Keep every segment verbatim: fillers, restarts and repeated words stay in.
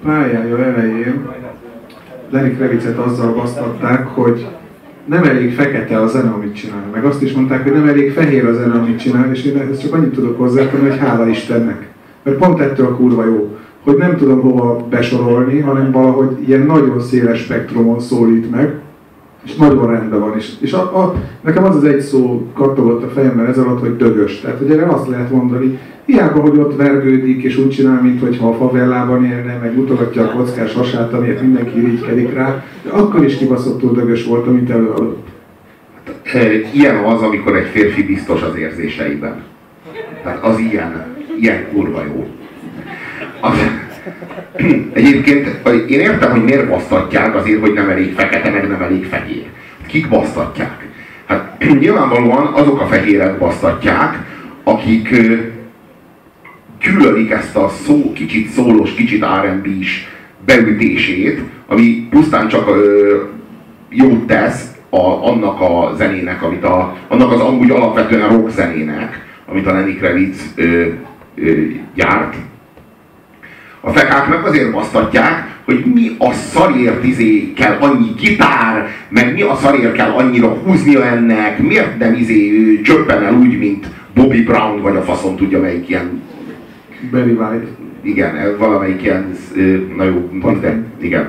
pályája elején Lenny Kravitz-et azzal basztatták, hogy nem elég fekete a zene, amit csinál. Meg azt is mondták, hogy nem elég fehér a zene, amit csinál, és én ezt csak annyit tudok hozzátenni, hogy hála Istennek. Mert pont ettől kurva jó, hogy nem tudom hova besorolni, hanem valahogy ilyen nagyon széles spektrumon szólít meg, és nagyon rendben van. És, és a, a, nekem az az egy szó kattogott a fejemben ez alatt, hogy dögös. Tehát, hogy erre azt lehet mondani, hiába, hogy ott vergődik, és úgy csinál, mintha a favellában élne, meg mutogatja a kockás hasát, amiért mindenki irigykedik rá, de akkor is kibaszottul dögös volt, amit előadott. Ilyen az, amikor egy férfi biztos az érzéseiben. Tehát az ilyen, ilyen kurva jó. Az, egyébként én értem, hogy miért basztatják azért, hogy nem elég fekete, meg nem elég fehér. Kik basztatják? Hát nyilvánvalóan azok a fehérek basztatják, akik gyűlölik ezt a szó, kicsit szólós, kicsit er and bé-s beütését, ami pusztán csak ö, jót tesz a, annak a zenének, amit a, annak az amúgy alapvetően rock zenének, amit a Lenny Kravitz ö, ö, gyárt. A fekák meg azért basztatják, hogy mi a szarért izé kell annyi gitár, meg mi a szarért kell annyira húznia ennek, miért nem izé csöppen el úgy, mint Bobby Brown, vagy a faszom tudja melyik ilyen... Barry White. Igen, valamelyik ilyen, na jó, minden, igen.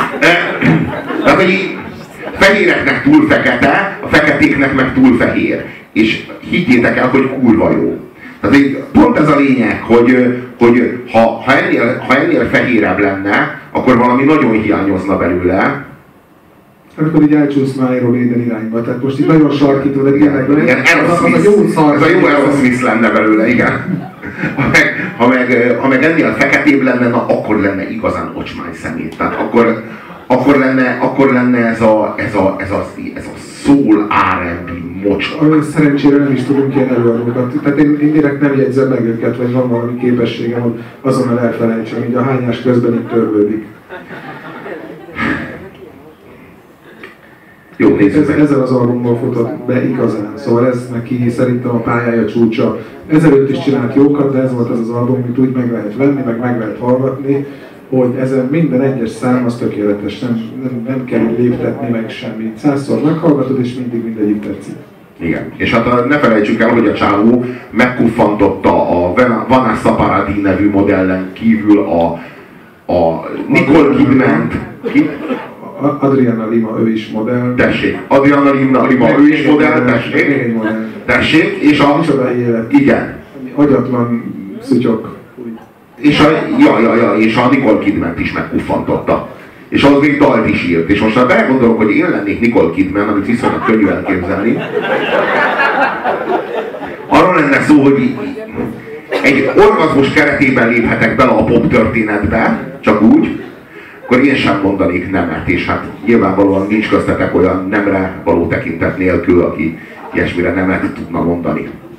Tehát, hogy fehéreknek túl fekete, a feketéknek meg túl fehér. És higgyétek el, hogy kurva jó. Tehát pont ez a lényeg, hogy, hogy ha, ha, ennél, ha ennél fehérebb lenne, akkor valami nagyon hiányozna belőle. Amikor így elcsúsz már Iron Maiden irányba, tehát most itt nagyon sarkító, de tényleg igen, az, az, az a jó szar. Ez a jó Aerosmith lenne belőle, igen. Ha meg, ha, meg, ha meg ennél feketébb lenne, na akkor lenne igazán ocsmány szemét. Tehát akkor, akkor lenne, akkor lenne ez a, ez a, ez a, ez a soul er and bé mocsak. Szerencsére nem is tudunk ilyen előadókat. Tehát én, én direkt nem jegyzem meg őket, vagy van valami képességem, hogy azonnal elfelejtsem, így a hányás közben itt törlődik. Jó, nézzük ez, meg. Ezzel az albummal futott be igazán. Szóval ez neki szerintem a pályája csúcsa. Ezelőtt is csinált jókat, de ez volt az az album, amit úgy meg lehet venni, meg meg lehet hallgatni, hogy ezen minden egyes szám az tökéletes, nem, nem, nem kell léptetni meg semmit. Százszor meghallgatod, és mindig mindegyik tetszik. Igen, és hát ne felejtsük el, hogy a csávó megkuffantotta a Vanessa Paradis nevű modellen kívül a, a Nicole Kidman-t. Ki? Adriana Lima, ő is modell. Tessék, Adriana Lima, Lima ő is modell, tessék. Még egy modell. Tessék, és a... Micsodai élet. Igen. Agyatlan szutyok. És a, ja, ja, ja, és a Nicole Kidman-t is megkuffantotta. És az még dalt is írt. És most ha belegondolok, hogy én lennék Nicole Kidman, amit viszonylag könnyű elképzelni, arról lenne szó, hogy egy orgazmus keretében léphetek bele a pop történetbe, csak úgy, akkor én sem mondanék nemet, és hát nyilvánvalóan nincs köztetek olyan nemre való tekintet nélkül, aki ilyesmire nemet tudna mondani.